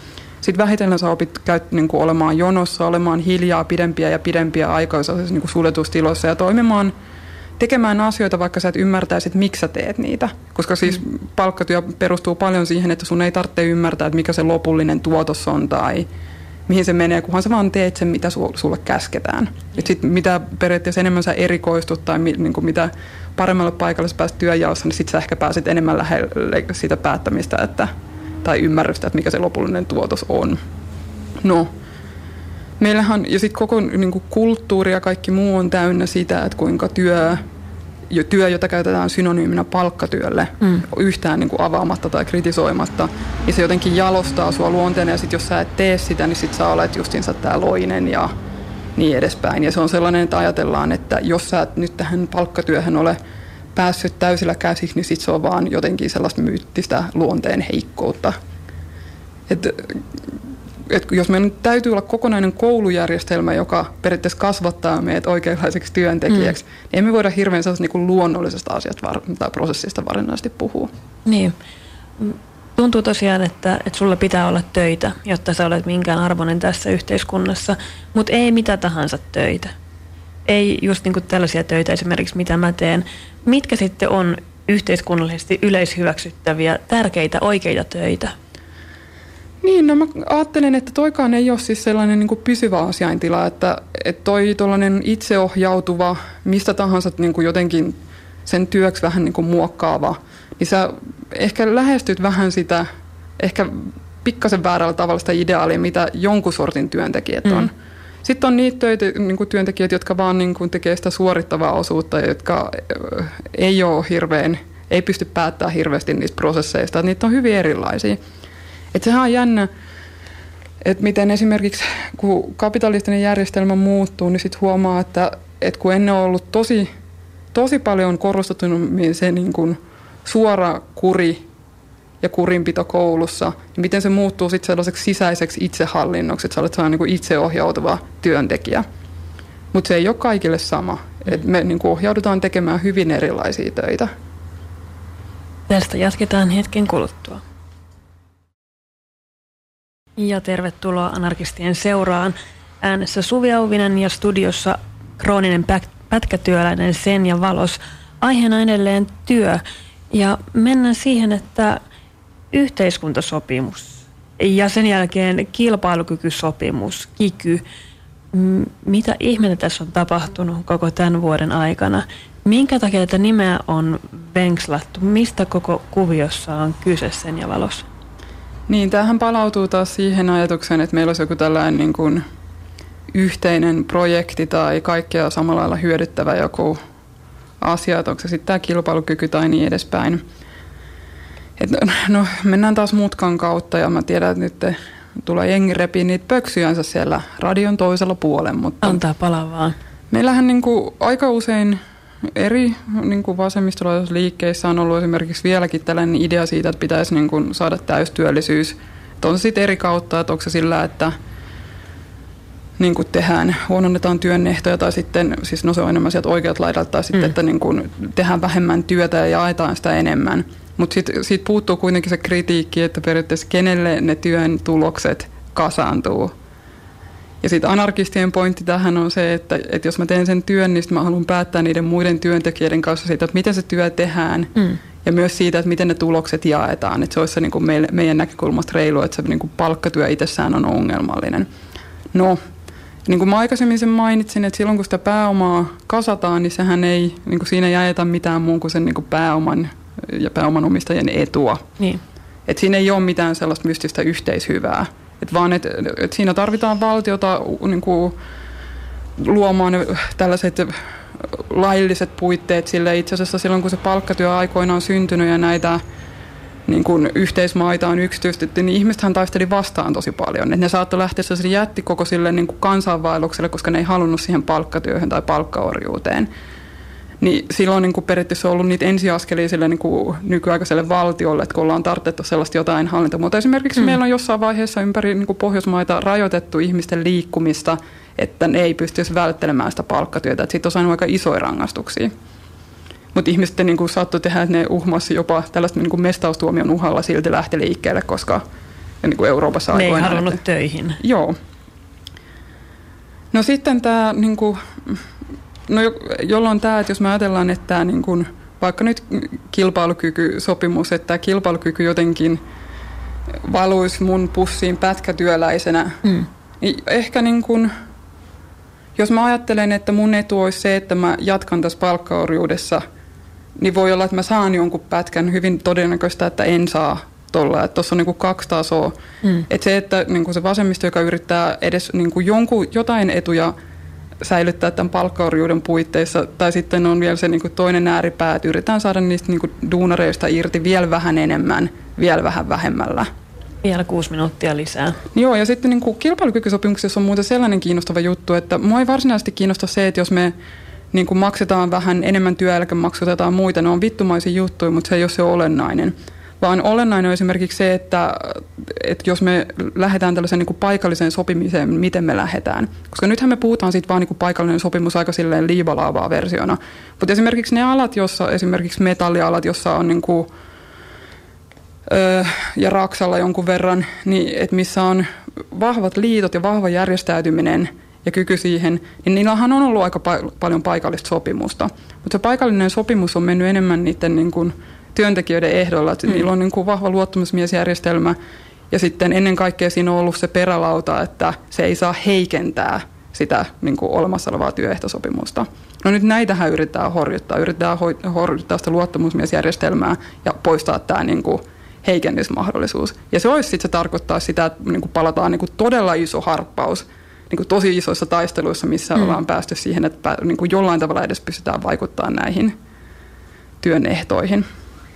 Sitten vähitellen sä opit niin kuin olemaan jonossa, olemaan hiljaa pidempiä ja pidempiä aikoja niin kuin suljetustiloissa ja tekemään asioita, vaikka sä et ymmärtäisit, miksi sä teet niitä. Koska siis palkkatyö perustuu paljon siihen, että sun ei tarvitse ymmärtää, että mikä se lopullinen tuotos on tai mihin se menee, kunhan sä vaan teet sen, mitä sulle käsketään. Et sit mitä periaatteessa enemmän sä erikoistut tai niin kuin mitä paremmalle paikalle sä pääset työnjaossa, niin sit sä ehkä pääset enemmän lähelle siitä päättämistä tai ymmärrystä, että mikä se lopullinen tuotos on. No, meillähän, ja sitten koko niin kuin kulttuuri ja kaikki muu on täynnä sitä, että kuinka työ, jota käytetään synonyyminä palkkatyölle, yhtään niin kuin avaamatta tai kritisoimatta, niin se jotenkin jalostaa sua luonteena, ja sitten jos sä et tee sitä, niin sit sä olet justiinsa tää loinen ja niin edespäin. Ja se on sellainen, että ajatellaan, että jos sä et nyt tähän palkkatyöhön ole päässyt täysillä käsiksi, niin sit se on vaan jotenkin sellaista myyttistä luonteen heikkoutta. Että jos meidän täytyy olla kokonainen koulujärjestelmä, joka periaatteessa kasvattaa meidät oikeanlaiseksi työntekijäksi, niin emme voida hirveän sellaisesta niin kuin luonnollisesta asiasta tai prosessista varsinaisesti puhua. Niin. Tuntuu tosiaan, että sulla pitää olla töitä, jotta sä olet minkään arvoinen tässä yhteiskunnassa, mutta ei mitä tahansa töitä. Ei just niin kuin tällaisia töitä esimerkiksi, mitä mä teen. Mitkä sitten on yhteiskunnallisesti yleishyväksyttäviä, tärkeitä, oikeita töitä? Niin, no mä ajattelen, että toikaan ei ole siis sellainen niin kuin pysyvä asiaintila, että toi tollainen itseohjautuva, mistä tahansa niin kuin jotenkin sen työksi vähän niin kuin muokkaava, niin sä ehkä lähestyt vähän sitä, ehkä pikkasen väärällä tavalla sitä ideaalia, mitä jonkun sortin työntekijät on. Sitten on niitä niin kuin työntekijät, jotka vaan niin kuin tekee sitä suorittavaa osuutta, jotka ei pysty päättämään hirveästi niistä prosesseista, että niitä on hyvin erilaisia. Että sehän on jännä, että miten esimerkiksi kun kapitalistinen järjestelmä muuttuu, niin sitten huomaa, että kun ennen on ollut tosi paljon korostetummin se niin kuin suora kuri ja kurinpito koulussa, niin miten se muuttuu sitten sellaiseksi sisäiseksi itsehallinnoksi, että sä olet sellainen niin kuin itseohjautuva työntekijä. Mutta se ei ole kaikille sama. Et me niin kuin ohjaudutaan tekemään hyvin erilaisia töitä. Tästä jatketaan hetken kuluttua. Ja tervetuloa Anarkistien seuraan. Äänessä Suvi Auvinen ja studiossa krooninen pätkätyöläinen Senja Valos. Aiheena edelleen työ. Ja mennään siihen, että yhteiskuntasopimus ja sen jälkeen kilpailukykysopimus, KIKY. Mitä ihmettä tässä on tapahtunut koko tämän vuoden aikana? Minkä takia tätä nimeä on venkslattu? Mistä koko kuviossa on kyse, Senja Valos? Niin, tämähän palautuu taas siihen ajatukseen, että meillä olisi joku tällainen niin kuin yhteinen projekti tai kaikkea samalla lailla hyödyttävä joku asia, että onko se sitten tämä kilpailukyky tai niin edespäin. No, mennään taas mutkan kautta ja mä tiedän, että nyt tulee jengi repii niitä pöksyjänsä siellä radion toisella puolella. Mutta antaa palaa vaan. Meillähän niin kuin aika usein eri niin kuin vasemmistolaisissa liikkeissä on ollut esimerkiksi vieläkin tällainen idea siitä, että pitäisi niin kuin saada täystyöllisyys. Että on se sitten eri kautta, että onko se sillä, että niin kuin huononnetaan työn ehtoja tai sitten, siis no se on enemmän sieltä oikealta laidalta, tai sitten, että niin kuin tehdään vähemmän työtä ja jaetaan sitä enemmän. Mutta siitä puuttuu kuitenkin se kritiikki, että periaatteessa kenelle ne työn tulokset kasaantuu. Ja sitten anarkistien pointti tähän on se, että jos mä teen sen työn, niin mä haluan päättää niiden muiden työntekijöiden kanssa siitä, että miten se työ tehdään. Ja myös siitä, että miten ne tulokset jaetaan. Että se olisi se niin kuin meidän näkökulmasta reilu, että se niin kuin palkkatyö itsessään on ongelmallinen. No, niin kuin mä aikaisemmin sen mainitsin, että silloin kun sitä pääomaa kasataan, niin sehän ei, niin kuin siinä jaeta mitään muun kuin sen niin kuin pääoman ja pääomanomistajien etua. Niin. Että siinä ei ole mitään sellaista mystistä yhteishyvää. Että vaan, että siinä tarvitaan valtiota niin kuin luomaan tällaiset lailliset puitteet sille. Itse asiassa silloin, kun se palkkatyö aikoinaan on syntynyt ja näitä niin kuin yhteismaita on yksityistetty, niin ihmisethän taisteli vastaan tosi paljon. Että ne saattoi lähteä sellaiselle jättikokoisille niin kuin kansainvaellukselle, koska ne ei halunnut siihen palkkatyöhön tai palkkaorjuuteen. Niin silloin niin kuin periaatteessa on ollut niitä ensiaskelia sille niin kuin nykyaikaiselle valtiolle, että kun ollaan tarvittu sellaista jotain hallintamuotoa. Esimerkiksi meillä on jossain vaiheessa ympäri niin kuin Pohjoismaita rajoitettu ihmisten liikkumista, että ne ei pystyisi välttelemään sitä palkkatyötä. Siitä on saanut aika isoja rangaistuksia. Mutta ihmiset niin kuin saattoi tehdä, että ne uhmasi jopa tällaista niin kuin mestaustuomion uhalla silti lähti liikkeelle, koska niin kuin Euroopassa aikoinaan. Ne ei halunnut töihin. Joo. No sitten tämä, niin kuin, jolloin tämä, että jos me ajatellaan, että tämä, niin kuin, vaikka nyt kilpailukykysopimus, että tämä kilpailukyky jotenkin valuisi mun pussiin pätkätyöläisenä, niin ehkä niin kuin, jos mä ajattelen, että mun etu olisi se, että mä jatkan tässä palkkaorjuudessa, niin voi olla, että mä saan jonkun pätkän, hyvin todennäköistä, että en saa tuolla. Että tuossa on niin kuin 2 tasoa. Että se, että niin kuin se vasemmisto, joka yrittää edes niin kuin jotain etuja säilyttää tämän palkkaorjuuden puitteissa, tai sitten on vielä se niin kuin toinen ääripää, että yritetään saada niistä niin kuin duunareista irti vielä vähän enemmän, vielä vähän vähemmällä. Vielä 6 minuuttia lisää. Joo, ja sitten niin kuin kilpailukykysopimuksessa on muuten sellainen kiinnostava juttu, että mua ei varsinaisesti kiinnosta se, että jos me niin kuin maksetaan vähän enemmän työeläkemaksutetaan muita, ne on vittumaisia juttuja, mutta se ei ole se olennainen. Vaan olennainen on esimerkiksi se, että jos me lähdetään tällaiseen niin kuin paikalliseen sopimiseen, miten me lähdetään. Koska nythän me puhutaan siitä vaan niin kuin paikallinen sopimus aika silleen liivalaavaa versiona. Mutta esimerkiksi ne alat, esimerkiksi metallialat, jossa on niin kuin, ja Raksalla jonkun verran, niin että missä on vahvat liitot ja vahva järjestäytyminen ja kyky siihen, niin niillähän on ollut aika paljon paikallista sopimusta. Mutta se paikallinen sopimus on mennyt enemmän niiden niin kuin työntekijöiden ehdolla, että niillä on niin kuin vahva luottamusmiesjärjestelmä ja sitten ennen kaikkea siinä on ollut se perälauta, että se ei saa heikentää sitä niin kuin olemassa olevaa työehtosopimusta. No nyt näitähän yritetään horjuttaa sitä luottamusmiesjärjestelmää ja poistaa tämä niin kuin heikennysmahdollisuus. Ja se tarkoittaa sitä, että niin kuin palataan niin kuin todella iso harppaus niin kuin tosi isoissa taisteluissa, missä ollaan päästy siihen, että niin kuin jollain tavalla edes pystytään vaikuttamaan näihin työn ehtoihin.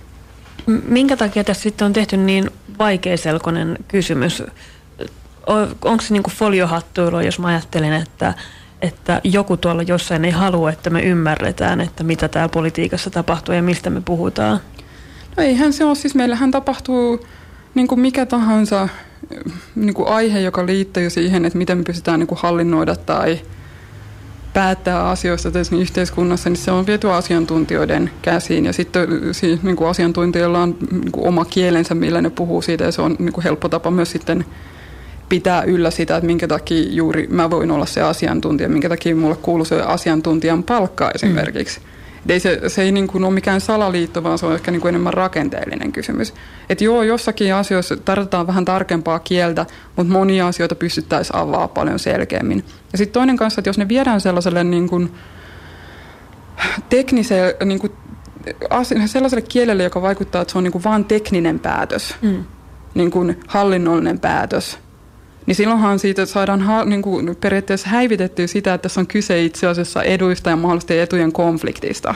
Minkä takia tässä sitten on tehty niin vaikeaselkoinen kysymys? Onko se niin kuin foliohattuilua, jos mä ajattelen, että joku tuolla jossain ei halua, että me ymmärretään, että mitä täällä politiikassa tapahtuu ja mistä me puhutaan? No eihän se ole. Siis meillähän tapahtuu niin kuin mikä tahansa niin kuin aihe, joka liittyy siihen, että miten me pystytään niin kuin hallinnoida tai päättää asioista tässä yhteiskunnassa, niin se on viety asiantuntijoiden käsiin. Ja sitten niin kuin asiantuntijoilla on niin kuin oma kielensä, millä ne puhuu siitä, ja se on niin kuin helppo tapa myös sitten pitää yllä sitä, että minkä takia juuri mä voin olla se asiantuntija, minkä takia mulle kuuluu se asiantuntijan palkka esimerkiksi. Se ei niin kuin ole mikään salaliitto, vaan se on ehkä niin kuin enemmän rakenteellinen kysymys. Että joo, jossakin asioissa tarvitaan vähän tarkempaa kieltä, mutta monia asioita pystyttäisiin avaamaan paljon selkeämmin. Ja sitten toinen kanssa, että jos ne viedään sellaiselle niin kuin tekniselle, niin kuin sellaiselle kielelle, joka vaikuttaa, että se on niin kuin vaan tekninen päätös, niin kuin hallinnollinen päätös, niin silloinhan siitä saadaan niin kuin periaatteessa häivitettyä sitä, että tässä on kyse itse asiassa eduista ja mahdollisesti etujen konfliktista,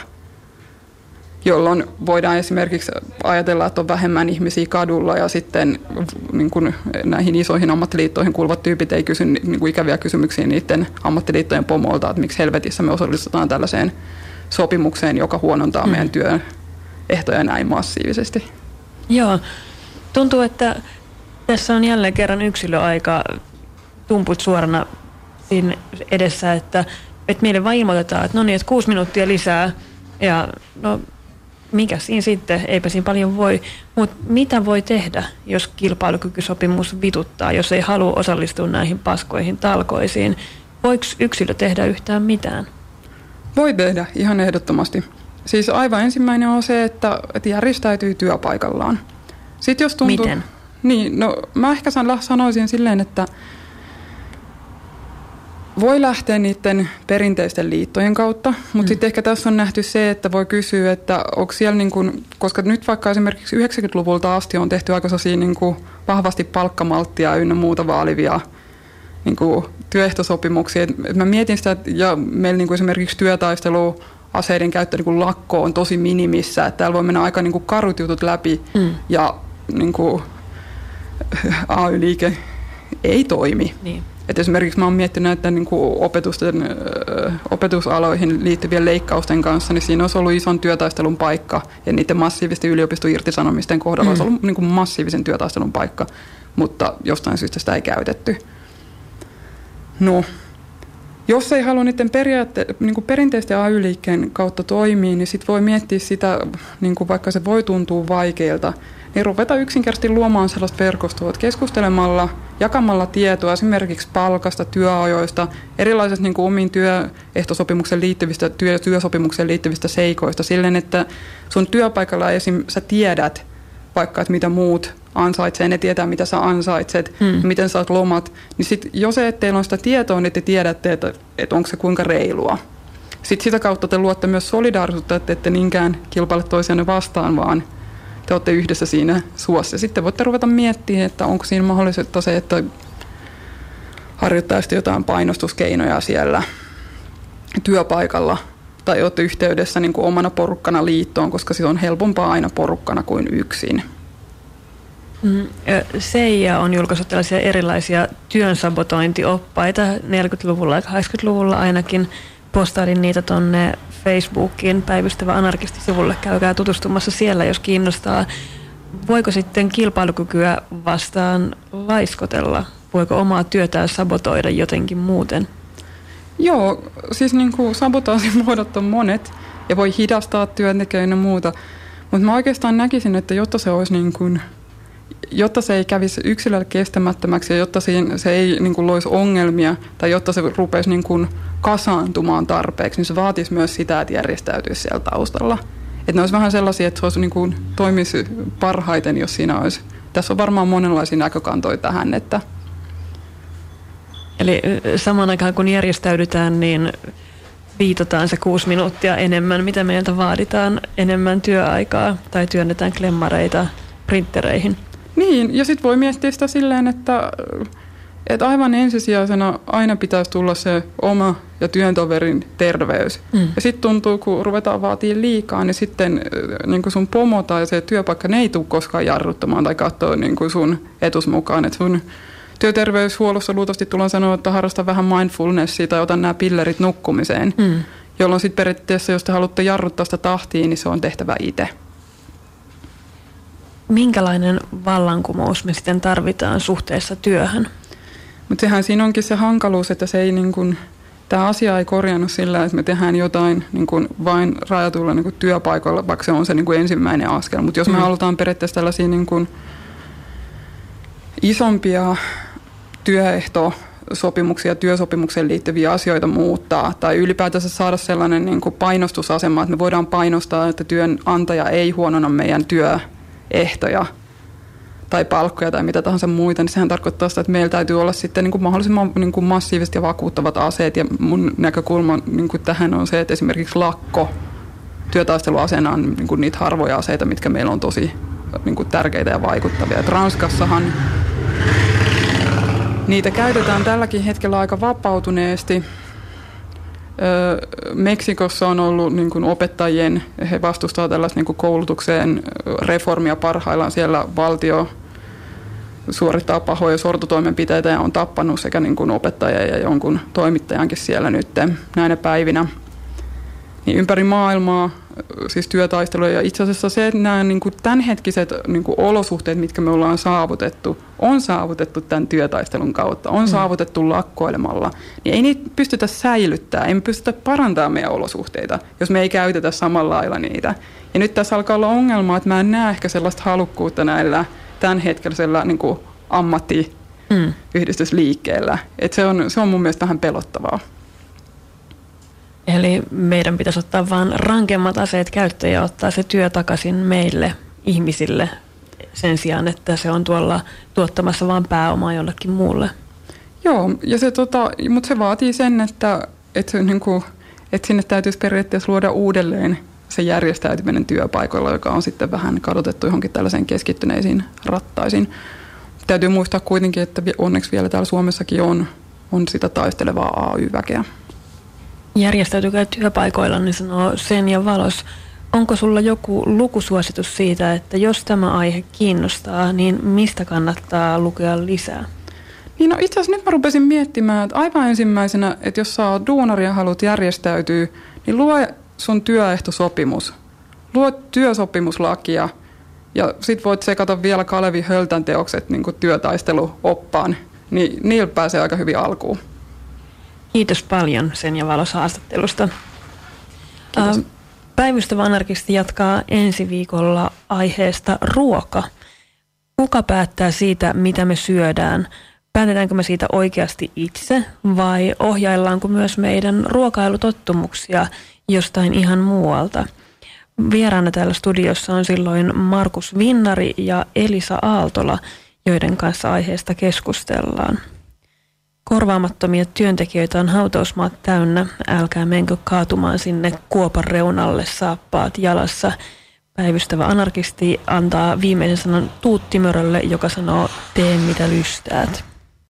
jolloin voidaan esimerkiksi ajatella, että on vähemmän ihmisiä kadulla ja sitten niin kuin näihin isoihin ammattiliittoihin kuuluvat tyypit ei kysy niin kuin ikäviä kysymyksiä niiden ammattiliittojen pomolta, että miksi helvetissä me osallistutaan tällaiseen sopimukseen, joka huonontaa meidän työehtoja näin massiivisesti. Joo, tuntuu, että tässä on jälleen kerran yksilöaika tumput suorana siinä edessä, että meille vaan ilmoitetaan, että no niin, että 6 minuuttia lisää ja no mikä siinä sitten, eipä siinä paljon voi, mutta mitä voi tehdä, jos kilpailukykysopimus vituttaa, jos ei halua osallistua näihin paskoihin talkoisiin? Voiko yksilö tehdä yhtään mitään? Voi tehdä, ihan ehdottomasti. Siis aivan ensimmäinen on se, että järjestäytyy työpaikallaan. Sitten jos tuntuu, miten? Niin, no mä ehkä sanoisin silleen, että voi lähteä niiden perinteisten liittojen kautta, mutta sitten ehkä tässä on nähty se, että voi kysyä, että onko siellä niin kuin, koska nyt vaikka esimerkiksi 90-luvulta asti on tehty aika sellaisia niin kuin vahvasti palkkamalttia ynnä muuta vaalivia niin kuin työehtosopimuksia. Et mä mietin sitä, ja meillä niin kuin esimerkiksi työtaisteluaseiden käyttö niin kuin lakko on tosi minimissä, että täällä voi mennä aika niin kuin karut jutut läpi ja niin kuin AY-liike ei toimi. Niin. Et esimerkiksi mä oon miettinyt, että niin kuin opetusaloihin liittyvien leikkausten kanssa, niin siinä olisi ollut ison työtaistelun paikka, ja niiden massiivisten yliopistoirtisanomisten kohdalla olisi ollut niin kuin massiivisen työtaistelun paikka, mutta jostain syystä sitä ei käytetty. No, jos ei halua niiden niin kuin perinteisten AY-liikkeen kautta toimia, niin sitten voi miettiä sitä, niin kuin vaikka se voi tuntua vaikealta, niin ruveta yksinkertaisesti luomaan sellaista verkostoa, että keskustelemalla, jakamalla tietoa esimerkiksi palkasta, työajoista, erilaisista niin kuin omiin työehtosopimukseen liittyvistä, työsopimukseen liittyvistä seikoista, silleen, että sun työpaikalla esim. Sä tiedät vaikka, että mitä muut ansaitsee, ne tietää, mitä sä ansaitset, miten saat lomat, niin sit, jos teillä on sitä tietoa, niin te tiedätte, että onko se kuinka reilua. Sitten sitä kautta te luotte myös solidaarisuutta, että ette niinkään kilpaile toisianne vastaan, vaan te olette yhdessä siinä suossa. Sitten voitte ruveta miettimään, että onko siinä mahdollista se, että harjoittaisitte jotain painostuskeinoja siellä työpaikalla tai olette yhteydessä niin kuin omana porukkana liittoon, koska se on helpompaa aina porukkana kuin yksin. Seija on julkaissut tällaisia erilaisia työn sabotointioppaita 40-luvulla ja 80-luvulla ainakin. Postailin niitä tonne Facebookiin Päivystävä anarkisti-sivulle. Käykää tutustumassa siellä, jos kiinnostaa. Voiko sitten kilpailukykyä vastaan laiskotella? Voiko omaa työtään sabotoida jotenkin muuten? Joo, siis niin kuin sabotaasimuodot on monet ja voi hidastaa työntekijöitä ja muuta. Mutta mä oikeastaan näkisin, että jotta se olisi niin kuin, jotta se ei kävisi yksilölle kestämättömäksi ja jotta se ei niin kuin loisi ongelmia tai jotta se rupeisi niin kuin kasaantumaan tarpeeksi, niin se vaatisi myös sitä, että järjestäytyisi siellä taustalla. Että ne olisi vähän sellaisia, että se olisi niin kuin, toimisi parhaiten, jos siinä olisi. Tässä on varmaan monenlaisia näkökantoja tähän. Että eli samaan aikaan kun järjestäydytään, niin viitotaan se 6 minuuttia enemmän, mitä meiltä vaaditaan, enemmän työaikaa tai työnnetään klemmareita printtereihin. Niin, ja sitten voi miettiä sitä silleen, että aivan ensisijaisena aina pitäisi tulla se oma ja työntoverin terveys. Ja sitten tuntuu, kun ruvetaan vaatii liikaa, niin sitten niin sun pomo tai se työpaikka, ne ei tule koskaan jarruttamaan tai katsoa niin sun etus mukaan. Et sun työterveyshuollossa luultavasti tullaan sanoa, että harrasta vähän mindfulnessia tai otan nämä pillerit nukkumiseen, jolloin sitten periaatteessa, jos te haluatte jarruttaa sitä tahtia, niin se on tehtävä itse. Minkälainen vallankumous me sitten tarvitaan suhteessa työhön? Mutta sehän siinä onkin se hankaluus, että se ei niin kun, tämä asia ei korjannut sillä, että me tehdään jotain niin kun vain rajatuilla niin kun työpaikoilla, vaikka se on se niin kun ensimmäinen askel. Mutta jos me halutaan periaatteessa tällaisia niin kun isompia työehtosopimuksia, työsopimukseen liittyviä asioita muuttaa tai ylipäätänsä saada sellainen niin kun painostusasema, että me voidaan painostaa, että työnantaja ei huonona meidän työehtoja tai palkkoja tai mitä tahansa muita, niin sehän tarkoittaa sitä, että meillä täytyy olla sitten niin kuin mahdollisimman niin kuin massiiviset ja vakuuttavat aseet. Ja mun näkökulma niin kuin tähän on se, että esimerkiksi lakko työtaisteluaseena on niin kuin niitä harvoja aseita, mitkä meillä on tosi niin kuin tärkeitä ja vaikuttavia. Et Ranskassahan niitä käytetään tälläkin hetkellä aika vapautuneesti. Meksikossa on ollut niin kuin opettajien, he vastustaa tällaista niin kuin koulutukseen reformia parhaillaan. Siellä valtio suorittaa pahoja sortotoimenpiteitä ja on tappanut sekä niin kuin opettajia ja jonkun toimittajankin siellä nyt näinä päivinä. Niin ympäri maailmaa siis työtaisteluja ja itse asiassa se, että nämä niin kuin tämänhetkiset niin kuin olosuhteet, mitkä me ollaan saavutettu, on saavutettu tämän työtaistelun kautta, on saavutettu lakkoilemalla, niin ei niitä pystytä säilyttämään, ei me pystytä parantamaan meidän olosuhteita, jos me ei käytetä samalla lailla niitä. Ja nyt tässä alkaa olla ongelma, että mä en näe ehkä sellaista halukkuutta näillä tämänhetkisellä niin kuin ammattiyhdistysliikkeellä. Että se on mun mielestä vähän pelottavaa. Eli meidän pitäisi ottaa vain rankemmat aseet käyttöön ja ottaa se työ takaisin meille, ihmisille, sen sijaan, että se on tuolla tuottamassa vain pääomaa jollekin muulle. Joo, ja mutta se vaatii sen, että sinne täytyisi periaatteessa luoda uudelleen se järjestäytyminen työpaikoilla, joka on sitten vähän kadotettu johonkin tällaiseen keskittyneisiin rattaisiin. Täytyy muistaa kuitenkin, että onneksi vielä täällä Suomessakin on sitä taistelevaa AY-väkeä. Järjestäytykää työpaikoilla, niin sanoo Senja Valos. Onko sulla joku lukusuositus siitä, että jos tämä aihe kiinnostaa, niin mistä kannattaa lukea lisää? Niin no itse asiassa nyt mä rupesin miettimään, että aivan ensimmäisenä, että jos sä oot duunari ja haluat järjestäytyä, niin luo sun työehtosopimus. Luo työsopimuslakia ja sit voit sekata vielä Kalevi Höltän teokset niin kuin työtaisteluoppaan, niin niillä pääsee aika hyvin alkuun. Kiitos paljon Senja Valos haastattelusta. Päivystävä anarkisti jatkaa ensi viikolla aiheesta ruoka. Kuka päättää siitä, mitä me syödään? Päätetäänkö me siitä oikeasti itse vai ohjaillaanko myös meidän ruokailutottumuksia jostain ihan muualta? Vieraana täällä studiossa on silloin Markus Vinnari ja Elisa Aaltola, joiden kanssa aiheesta keskustellaan. Korvaamattomia työntekijöitä on hautausmaat täynnä. Älkää menkö kaatumaan sinne kuopan reunalle saappaat jalassa. Päivystävä anarkisti antaa viimeisen sanan Tuuttimörölle, joka sanoo, tee mitä lystäät.